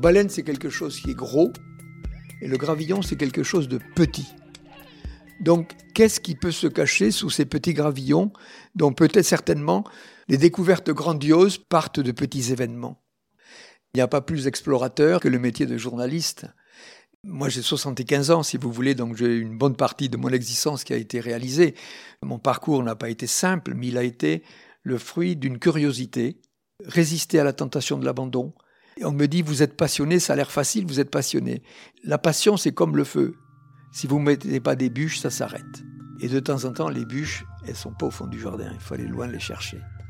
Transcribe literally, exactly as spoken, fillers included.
Baleine, c'est quelque chose qui est gros, et le gravillon, c'est quelque chose de petit. Donc, qu'est-ce qui peut se cacher sous ces petits gravillons, dont peut-être certainement les découvertes grandioses partent de petits événements. Il n'y a pas plus explorateur que le métier de journaliste. Moi, j'ai soixante-quinze ans, si vous voulez, donc j'ai une bonne partie de mon existence qui a été réalisée. Mon parcours n'a pas été simple, mais il a été le fruit d'une curiosité, résister à la tentation de l'abandon. Et on me dit, vous êtes passionné, ça a l'air facile, vous êtes passionné. La passion, c'est comme le feu. Si vous ne mettez pas des bûches, ça s'arrête. Et de temps en temps, les bûches, elles ne sont pas au fond du jardin, il faut aller loin les chercher.